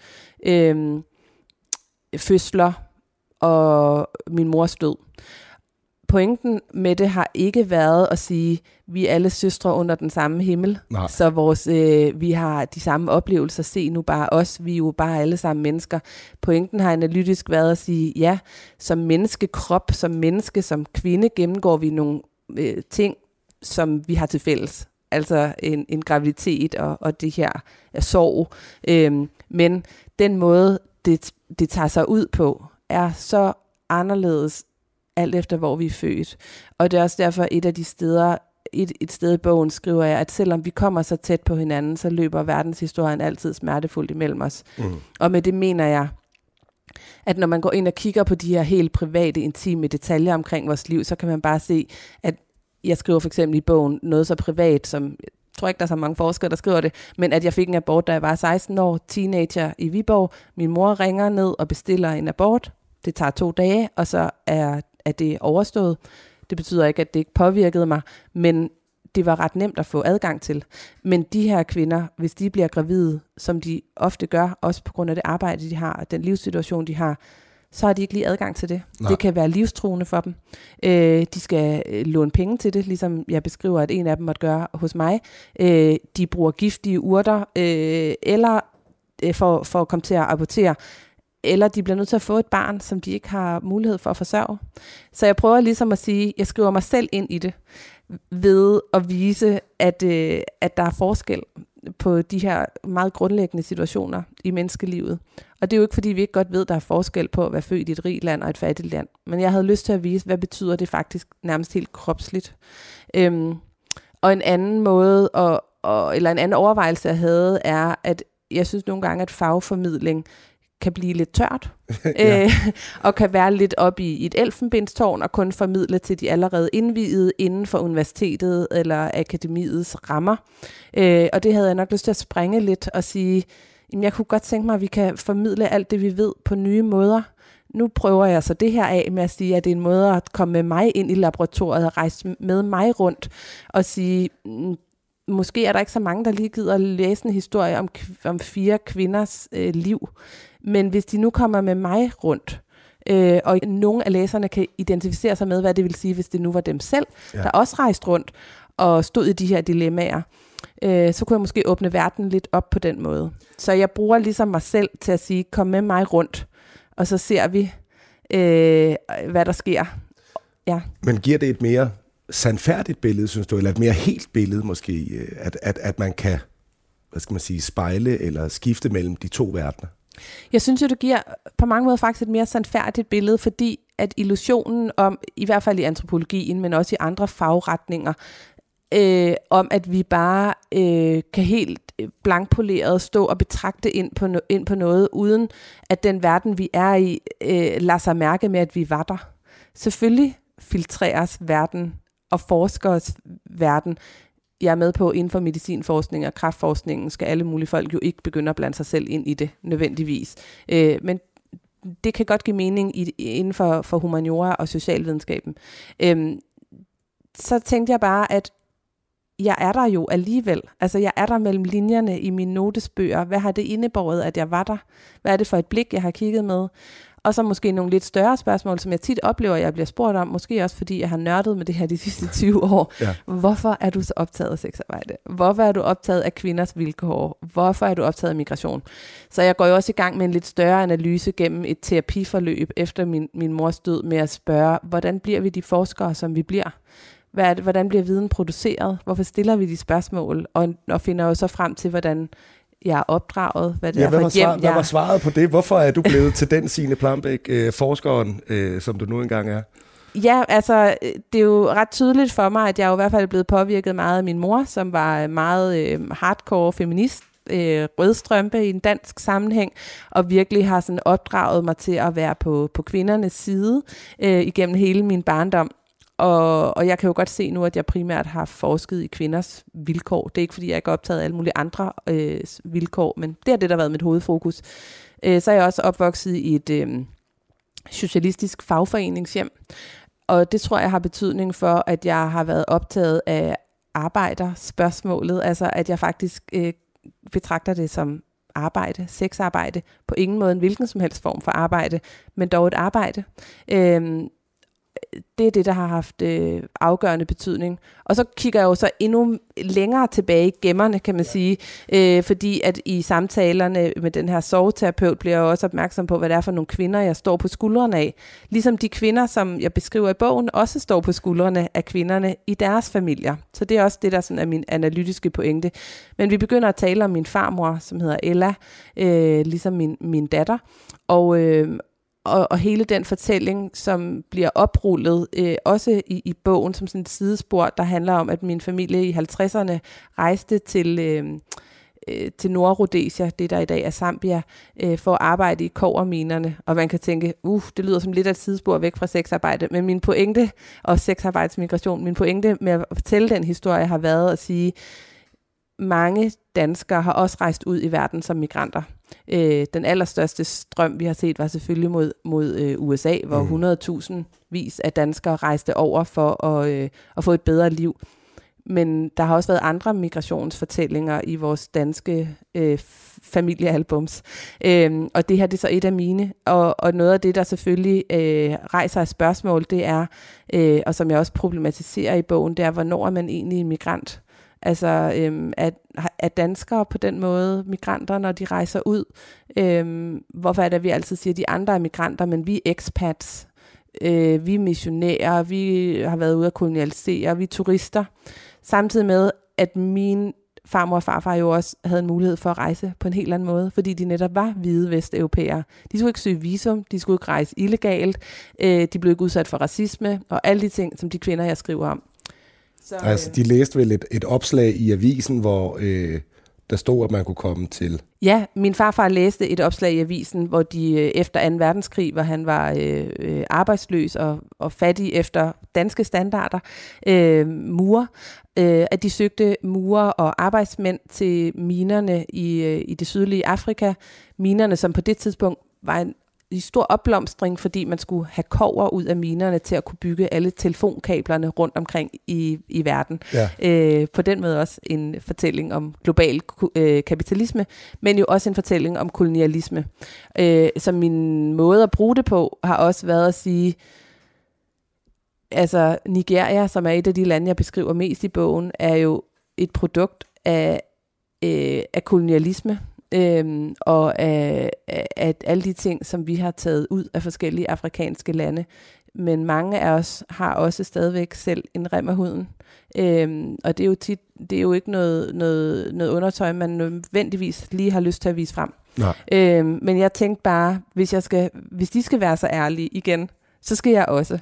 C: Fødsler og min mors død. Pointen med det har ikke været at sige, vi er alle søstre under den samme himmel. Nej. Så vi har de samme oplevelser. Se nu bare os. Vi er jo bare alle sammen mennesker. Pointen har analytisk været at sige, ja, som menneskekrop, som menneske, som kvinde gennemgår vi nogle ting, som vi har til fælles. Altså en graviditet og det her sorg. Men den måde, det tager sig ud på, er så anderledes, alt efter hvor vi er født. Og det er også derfor et af de steder, et sted i bogen skriver jeg, at selvom vi kommer så tæt på hinanden, så løber verdenshistorien altid smertefuldt imellem os. Og med det mener jeg, at når man går ind og kigger på de her helt private, intime detaljer omkring vores liv, så kan man bare se, at jeg skriver for eksempel i bogen noget så privat, som jeg tror ikke, der er så mange forskere, der skriver det, men at jeg fik en abort, da jeg var 16 år, teenager i Viborg. Min mor ringer ned og bestiller en abort. Det tager 2 dage, og så er det overstået. Det betyder ikke, at det ikke påvirkede mig, men det var ret nemt at få adgang til. Men de her kvinder, hvis de bliver gravide, som de ofte gør, også på grund af det arbejde, de har, og den livssituation, de har, så har de ikke lige adgang til det.
D: Nej.
C: Det kan være livstruende for dem. De skal låne penge til det, ligesom jeg beskriver, at en af dem måtte gøre hos mig. De bruger giftige urter, eller for at komme til at abortere, eller de bliver nødt til at få et barn, som de ikke har mulighed for at forsørge. Så jeg prøver ligesom at sige, jeg skriver mig selv ind i det, ved at vise, at der er forskel på de her meget grundlæggende situationer i menneskelivet. Og det er jo ikke, fordi vi ikke godt ved, at der er forskel på at være født i et rigt land og et fattigt land. Men jeg havde lyst til at vise, hvad betyder det faktisk nærmest helt kropsligt. Og en anden måde, eller en anden overvejelse, jeg havde, er, at jeg synes nogle gange, at fagformidling kan blive lidt tørt, og kan være lidt op i et elfenbenstårn, og kun formidle til de allerede indviede inden for universitetet eller akademiets rammer. Og det havde jeg nok lyst til at springe lidt og sige, jamen jeg kunne godt tænke mig, at vi kan formidle alt det, vi ved på nye måder. Nu prøver jeg så det her af med at sige, at det er en måde at komme med mig ind i laboratoriet og rejse med mig rundt og sige, måske er der ikke så mange, der lige gider at læse en historie om 4 kvinders liv. Men hvis de nu kommer med mig rundt, og nogle af læserne kan identificere sig med, hvad det vil sige, hvis det nu var dem selv, der også rejste rundt og stod i de her dilemmaer, så kunne jeg måske åbne verden lidt op på den måde. Så jeg bruger ligesom mig selv til at sige, kom med mig rundt, og så ser vi, hvad der sker. Ja.
D: Men giver det et mere sandfærdigt billede, synes du, eller et mere helt billede måske, at man kan, hvad skal man sige, spejle eller skifte mellem de to verdener?
C: Jeg synes jo, det giver på mange måder faktisk et mere sandfærdigt billede, fordi at illusionen om, i hvert fald i antropologien, men også i andre fagretninger, om at vi bare kan helt blankpoleret stå og betragte ind på noget, uden at den verden, vi er i, lader sig mærke med, at vi var der. Selvfølgelig filtreres verden og forskers verden. Jeg er med på, inden for medicinforskning og kræftforskningen skal alle mulige folk jo ikke begynde at blande sig selv ind i det nødvendigvis. Men det kan godt give mening inden for humaniora og socialvidenskaben. Så tænkte jeg bare, at jeg er der jo alligevel. Altså jeg er der mellem linjerne i mine notesbøger. Hvad har det indebåret, at jeg var der? Hvad er det for et blik, jeg har kigget med? Og så måske nogle lidt større spørgsmål, som jeg tit oplever, at jeg bliver spurgt om. Måske også fordi jeg har nørdet med det her de sidste 20 år. Ja. Hvorfor er du så optaget af sexarbejde? Hvorfor er du optaget af kvinders vilkår? Hvorfor er du optaget af migration? Så jeg går jo også i gang med en lidt større analyse gennem et terapiforløb efter min mors død med at spørge, hvordan bliver vi de forskere, som vi bliver? Hvordan bliver viden produceret? Hvorfor stiller vi de spørgsmål? Og finder jo så frem til, hvordan jeg er opdraget, hvad det er for et hjem,
D: hvad var svaret på det? Hvorfor er du blevet til den Signe Plambæk, forskeren, som du nu engang er?
C: Ja, altså, det er jo ret tydeligt for mig, at jeg er jo i hvert fald blevet påvirket meget af min mor, som var meget hardcore feminist, rødstrømpe i en dansk sammenhæng, og virkelig har sådan opdraget mig til at være på kvindernes side igennem hele min barndom. Og jeg kan jo godt se nu, at jeg primært har forsket i kvinders vilkår. Det er ikke, fordi jeg ikke er optaget af alle mulige andre vilkår, men det er det, der har været mit hovedfokus. Så er jeg også opvokset i et socialistisk fagforeningshjem, og det tror jeg har betydning for, at jeg har været optaget af arbejderspørgsmålet, altså at jeg faktisk betragter det som arbejde, sexarbejde, på ingen måde en hvilken som helst form for arbejde, men dog et arbejde. Det er det, der har haft afgørende betydning. Og så kigger jeg jo så endnu længere tilbage i gemmerne, kan man sige, fordi at i samtalerne med den her sorgterapeut bliver jeg også opmærksom på, hvad det er for nogle kvinder, jeg står på skuldrene af. Ligesom de kvinder, som jeg beskriver i bogen, også står på skuldrene af kvinderne i deres familier. Så det er også det, der sådan er min analytiske pointe. Men vi begynder at tale om min farmor, som hedder Ella, ligesom min datter, og hele den fortælling, som bliver oprullet, også i bogen som sådan et sidespor, der handler om, at min familie i 50'erne rejste til Nordrhodesia, det der i dag er Zambia, for at arbejde i kobberminerne. Og man kan tænke, det lyder som lidt af et sidespor væk fra sexarbejde, men min pointe, og sexarbejdsmigration, min pointe med at fortælle den historie har været at sige, mange danskere har også rejst ud i verden som migranter. Den allerstørste strøm, vi har set, var selvfølgelig mod USA, hvor 100.000 vis af danskere rejste over for at få et bedre liv. Men der har også været andre migrationsfortællinger i vores danske familiealbums. Og det her, det er så et af mine. Og noget af det, der selvfølgelig rejser et spørgsmål, det er, og som jeg også problematiserer i bogen, det er, hvornår er man egentlig en migrant? Altså, at danskere på den måde, migranter, når de rejser ud, hvorfor er det, at vi altid siger, at de andre er migranter, men vi er expats, vi er missionærer, vi har været ude at kolonialisere, vi er turister. Samtidig med, at min farmor og farfar jo også havde en mulighed for at rejse på en helt anden måde, fordi de netop var hvide vesteuropæere. De skulle ikke søge visum, de skulle ikke rejse illegalt, de blev ikke udsat for racisme, og alle de ting, som de kvinder, jeg skriver om.
D: Så, altså, de læste vel et opslag i avisen, hvor der stod, at man kunne komme til.
C: Ja, min farfar læste et opslag i avisen, hvor de efter 2. verdenskrig, hvor han var arbejdsløs og fattig efter danske standarder, murer, at de søgte murer og arbejdsmænd til minerne i det sydlige Afrika. Minerne, som på det tidspunkt var i stor opblomstring, fordi man skulle have kobber ud af minerne til at kunne bygge alle telefonkablerne rundt omkring i verden. Ja. På den måde også en fortælling om global kapitalisme, men jo også en fortælling om kolonialisme. Så min måde at bruge det på har også været at sige, altså Nigeria, som er et af de lande, jeg beskriver mest i bogen, er jo et produkt af kolonialisme, og at alle de ting, som vi har taget ud af forskellige afrikanske lande. Men mange af os har også stadigvæk selv en rem af huden. Og det er jo tit, det er jo ikke noget undertøj, man nødvendigvis lige har lyst til at vise frem. Men jeg tænkte bare, hvis de skal være så ærlige igen, så skal jeg også.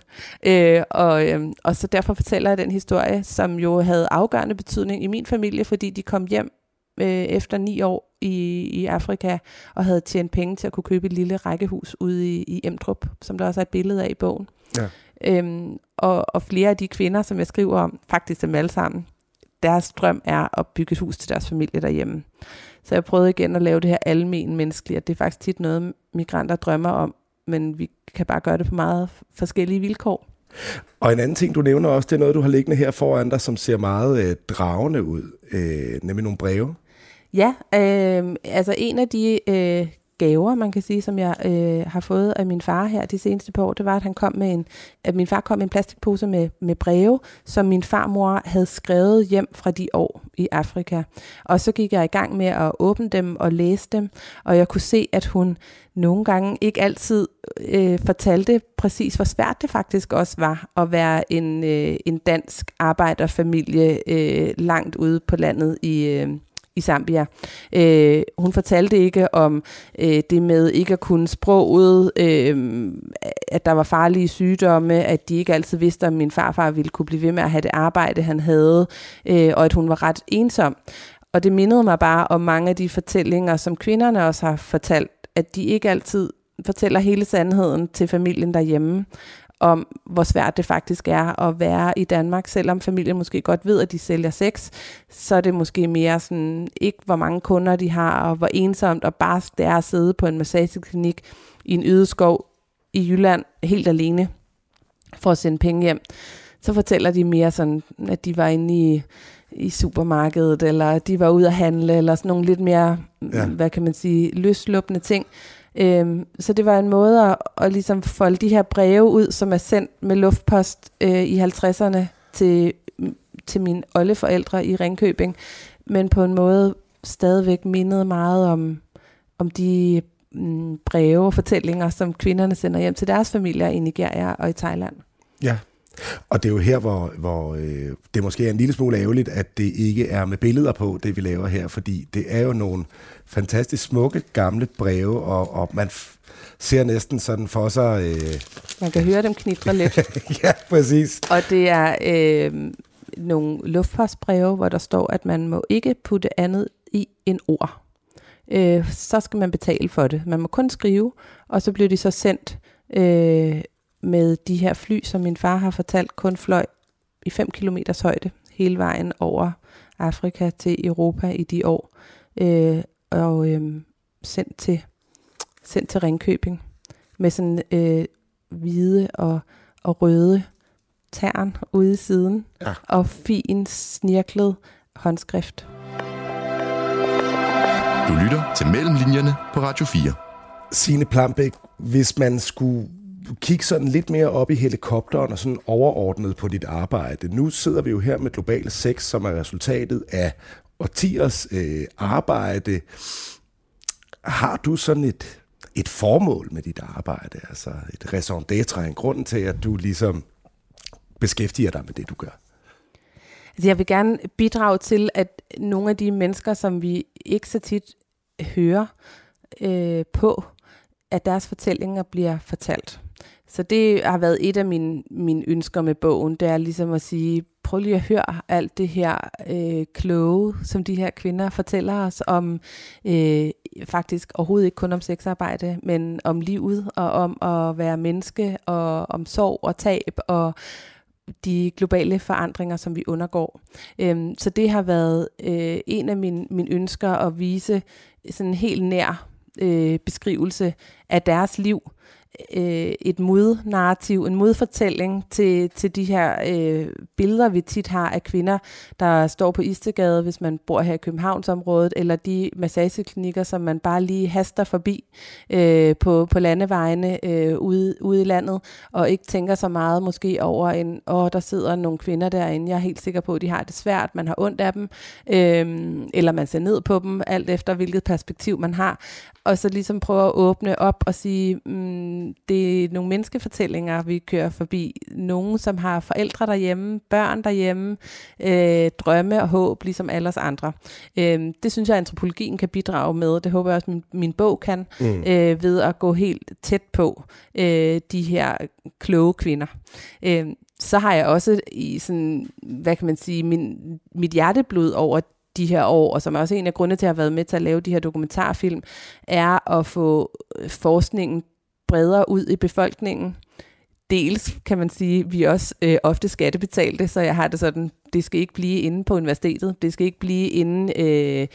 C: Og så derfor fortæller jeg den historie, som jo havde afgørende betydning i min familie, fordi de kom hjem efter 9 år i Afrika, og havde tjent penge til at kunne købe et lille rækkehus ude i Emdrup, som der også er et billede af i bogen. Ja. Og flere af de kvinder, som jeg skriver om, faktisk dem alle sammen, deres drøm er at bygge et hus til deres familie derhjemme. Så jeg prøvede igen at lave det her almen menneskeligt, og det er faktisk tit noget, migranter drømmer om, men vi kan bare gøre det på meget forskellige vilkår.
D: Og en anden ting, du nævner også, det er noget, du har liggende her foran dig, som ser meget dragende ud, nemlig nogle breve.
C: Ja, altså en af de gaver, man kan sige, som jeg har fået af min far her de seneste par år, det var, at min far kom med en plastikpose med breve, som min farmor havde skrevet hjem fra de år i Afrika. Og så gik jeg i gang med at åbne dem og læse dem, og jeg kunne se, at hun nogle gange ikke altid fortalte præcis, hvor svært det faktisk også var at være en dansk arbejderfamilie langt ude på landet i Zambia. Hun fortalte ikke om det med ikke at kunne sproget, at der var farlige sygdomme, at de ikke altid vidste, om min farfar ville kunne blive ved med at have det arbejde, han havde, og at hun var ret ensom. Og det mindede mig bare om mange af de fortællinger, som kvinderne også har fortalt, at de ikke altid fortæller hele sandheden til familien derhjemme, om hvor svært det faktisk er at være i Danmark, selvom familien måske godt ved, at de sælger sex, så er det måske mere sådan, ikke hvor mange kunder de har, og hvor ensomt og barsk det er at sidde på en massageklinik i en øde skov i Jylland, helt alene, for at sende penge hjem. Så fortæller de mere sådan, at de var inde i supermarkedet, eller de var ude at handle, eller sådan nogle lidt mere, hvad kan man sige, løsluppende ting. Så det var en måde at ligesom folde de her breve ud, som er sendt med luftpost i 50'erne til mine oldeforældre i Ringkøbing, men på en måde stadigvæk mindede meget om de breve og fortællinger, som kvinderne sender hjem til deres familier i Nigeria og i Thailand. Ja.
D: Og det er jo her, hvor det måske er en lille smule ærgerligt, at det ikke er med billeder på, det vi laver her, fordi det er jo nogle fantastisk smukke, gamle breve, og man ser næsten sådan for sig...
C: Man kan høre dem knitre lidt.
D: Ja, præcis.
C: Og det er nogle luftpostbreve, hvor der står, at man må ikke putte andet i en ord. Så skal man betale for det. Man må kun skrive, og så bliver de så sendt... med de her fly, som min far har fortalt, kun fløj i 5 kilometers højde, hele vejen over Afrika til Europa i de år, og sendt til Ringkøbing, med sådan hvide og røde tern ude i siden, og fin, snirklet håndskrift.
B: Du lytter til Mellemlinjerne på Radio 4.
D: Signe Plambæk, hvis man skulle kigge sådan lidt mere op i helikopteren og sådan overordnet på dit arbejde. Nu sidder vi jo her med Global 6, som er resultatet af årtiers arbejde. Har du sådan et formål med dit arbejde, altså et raison d'être, en grund til, at du ligesom beskæftiger dig med det, du gør?
C: Altså, jeg vil gerne bidrage til, at nogle af de mennesker, som vi ikke så tit hører på, at deres fortællinger bliver fortalt. Så det har været et af mine ønsker med bogen, det er ligesom at sige, prøv lige at høre alt det her kloge, som de her kvinder fortæller os om, faktisk overhovedet ikke kun om sexarbejde, men om livet og om at være menneske og om sorg og tab og de globale forandringer, som vi undergår. Så det har været en af mine ønsker at vise sådan en helt nær beskrivelse af deres liv. Et modnarrativ, en modfortælling til de her billeder, vi tit har af kvinder, der står på Istedgade, hvis man bor her i Københavnsområdet, eller de massageklinikker, som man bare lige haster forbi på landevejene ude i landet, og ikke tænker så meget måske over, der sidder nogle kvinder derinde, jeg er helt sikker på, at de har det svært, man har ondt af dem, eller man ser ned på dem, alt efter hvilket perspektiv man har, og så ligesom prøve at åbne op og sige, det er nogle menneskefortællinger, vi kører forbi. Nogen, som har forældre derhjemme, børn derhjemme, drømme og håb, ligesom alle os andre. Det synes jeg, antropologien kan bidrage med. Det håber jeg også, min bog kan, ved at gå helt tæt på de her kloge kvinder. Så har jeg også i sådan, hvad kan man sige, mit hjerteblod over de her år, og som er også en af grundene til at have været med til at lave de her dokumentarfilm, er at få forskningen bredere ud i befolkningen. Dels kan man sige, vi er også ofte skattebetalte, så jeg har det sådan, det skal ikke blive inde på universitetet, det skal ikke blive inde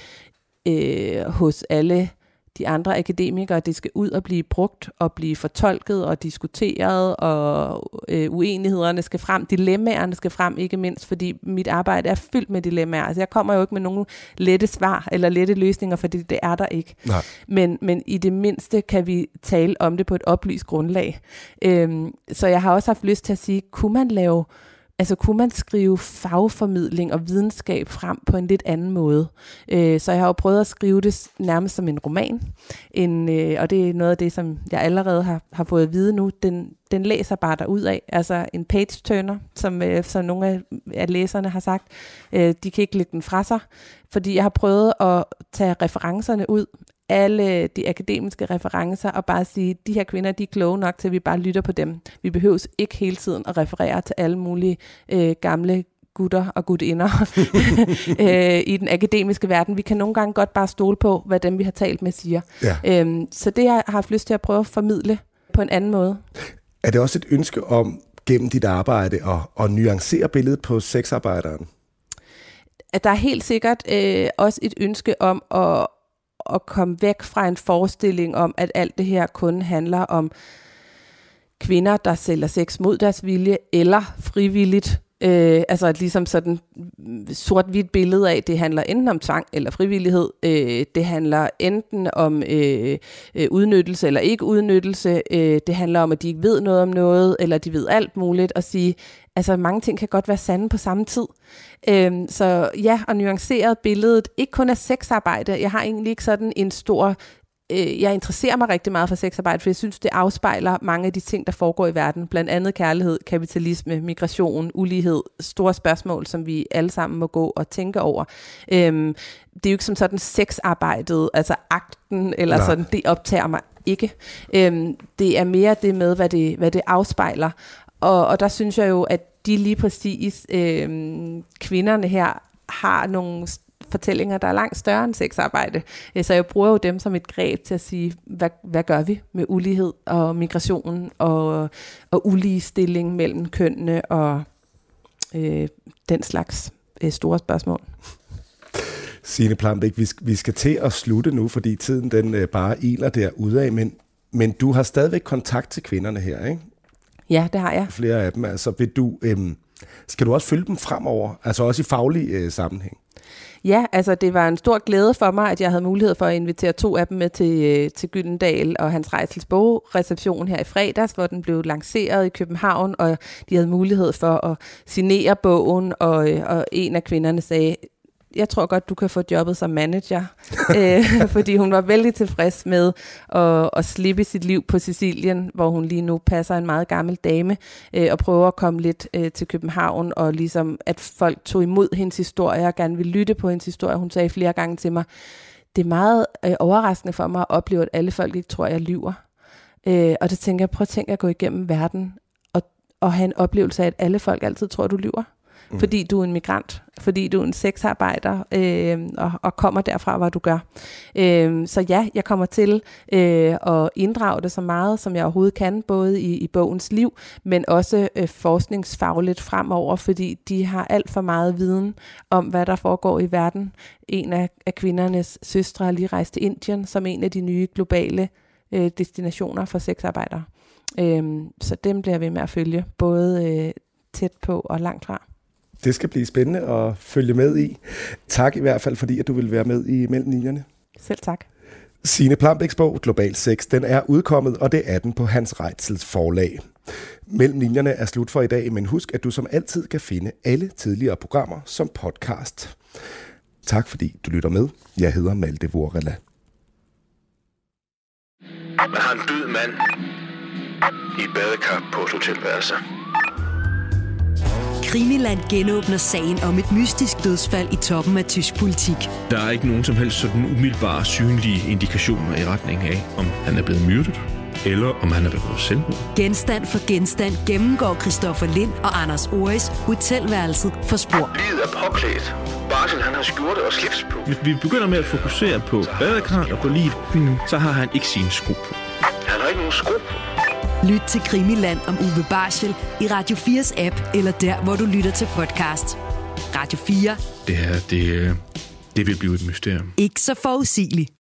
C: hos alle de andre akademikere, det skal ud og blive brugt og blive fortolket og diskuteret, og uenighederne skal frem, dilemmaerne skal frem, ikke mindst, fordi mit arbejde er fyldt med dilemmaer. Altså jeg kommer jo ikke med nogen lette svar eller lette løsninger, fordi det er der ikke. Men i det mindste kan vi tale om det på et oplyst grundlag. Så jeg har også haft lyst til at sige, kunne man skrive fagformidling og videnskab frem på en lidt anden måde? Så jeg har jo prøvet at skrive det nærmest som en roman, og det er noget af det, som jeg allerede har fået at vide nu. Den læser bare derudad, altså en page-turner, som nogle af læserne har sagt. De kan ikke lægge den fra sig, fordi jeg har prøvet at tage referencerne ud, alle de akademiske referencer, og bare sige, de her kvinder, de er kloge nok til, at vi bare lytter på dem. Vi behøves ikke hele tiden at referere til alle mulige gamle gutter og gutinder i den akademiske verden. Vi kan nogle gange godt bare stole på, hvad dem, vi har talt med, siger. Ja. Så det har jeg haft lyst til at prøve at formidle på en anden måde.
D: Er det også et ønske om, gennem dit arbejde, at nuancere billedet på sexarbejderen?
C: At der er helt sikkert også et ønske om at komme væk fra en forestilling om, at alt det her kun handler om kvinder, der sælger sex mod deres vilje, eller frivilligt. Altså ligesom sådan sort-hvidt billede af, det handler enten om tvang eller frivillighed. Det handler enten om udnyttelse eller ikke udnyttelse. Det handler om, at de ikke ved noget om noget, eller de ved alt muligt, og sige, altså mange ting kan godt være sande på samme tid. Så ja, og nuanceret billedet, ikke kun af sexarbejde. Jeg har egentlig ikke sådan en stor... Jeg interesserer mig rigtig meget for sexarbejde, for jeg synes, det afspejler mange af de ting, der foregår i verden. Blandt andet kærlighed, kapitalisme, migration, ulighed. Store spørgsmål, som vi alle sammen må gå og tænke over. Det er jo ikke som sådan sexarbejdet, altså akten, eller sådan, det optager mig ikke. Det er mere det med, hvad det afspejler. Og der synes jeg jo, at de lige præcis kvinderne her har nogle fortællinger, der er langt større end sexarbejde. Så jeg bruger jo dem som et greb til at sige, hvad gør vi med ulighed og migration og uligestilling mellem kønnene og den slags store spørgsmål.
D: Signe Plambæk, vi skal til at slutte nu, fordi tiden den bare iler derudad, men du har stadigvæk kontakt til kvinderne her, ikke?
C: Ja, det har jeg.
D: Flere af dem. Altså, skal du også følge dem fremover? Altså også i faglig sammenhæng?
C: Ja, altså det var en stor glæde for mig, at jeg havde mulighed for at invitere 2 af dem med til Gyldendal og Hans Reitels bogreception her i fredags, hvor den blev lanceret i København, og de havde mulighed for at signere bogen, og en af kvinderne sagde, jeg tror godt, du kan få jobbet som manager, fordi hun var vældig tilfreds med at slippe sit liv på Sicilien, hvor hun lige nu passer en meget gammel dame, og prøver at komme lidt til København, og ligesom at folk tog imod hendes historie og gerne ville lytte på hendes historie. Hun sagde flere gange til mig, det er meget overraskende for mig at opleve, at alle folk ikke tror, jeg lyver. Og det tænker jeg, prøv at tænke at gå igennem verden, og have en oplevelse af, at alle folk altid tror, du lyver. Fordi du er en migrant, fordi du er en sexarbejder, og kommer derfra, hvor du gør. Så ja, jeg kommer til at inddrage det så meget, som jeg overhovedet kan, både i bogens liv, men også forskningsfagligt fremover, fordi de har alt for meget viden om, hvad der foregår i verden. En af kvindernes søstre har lige rejst til Indien, som en af de nye globale destinationer for sexarbejdere. Så dem bliver vi med at følge, både tæt på og langt fra.
D: Det skal blive spændende at følge med i. Tak i hvert fald, fordi at du vil være med i Mellem Linjerne.
C: Selv tak.
D: Signe Plambæks bog, Global Sex, den er udkommet, og det er den på Hans Reitels forlag. Mellem Linjerne er slut for i dag, men husk, at du som altid kan finde alle tidligere programmer som podcast. Tak fordi du lytter med. Jeg hedder Malte Vorela.
A: Man har en død mand i et badekar på et hotelværelse.
E: Krimiland genåbner sagen om et mystisk dødsfald i toppen af tysk politik.
F: Der er ikke nogen som helst sådan umiddelbare synlige indikationer i retning af, om han er blevet myrdet, eller om han er begået selvmord.
E: Genstand for genstand gennemgår Christoffer Lind og Anders Oris hotelværelset for spor.
A: Livet er påklædt. Barsel, han har skjorte og slips på.
F: Hvis vi begynder med at fokusere på badekarret og på livet, så har han ikke sine sko på.
A: Han har ikke nogen sko på.
E: Lyt til Krimiland om Uwe Barschel i Radio 4's app, eller der, hvor du lytter til podcast. Radio 4.
F: Det her, det vil blive et mysterium.
E: Ikke så forudsigeligt.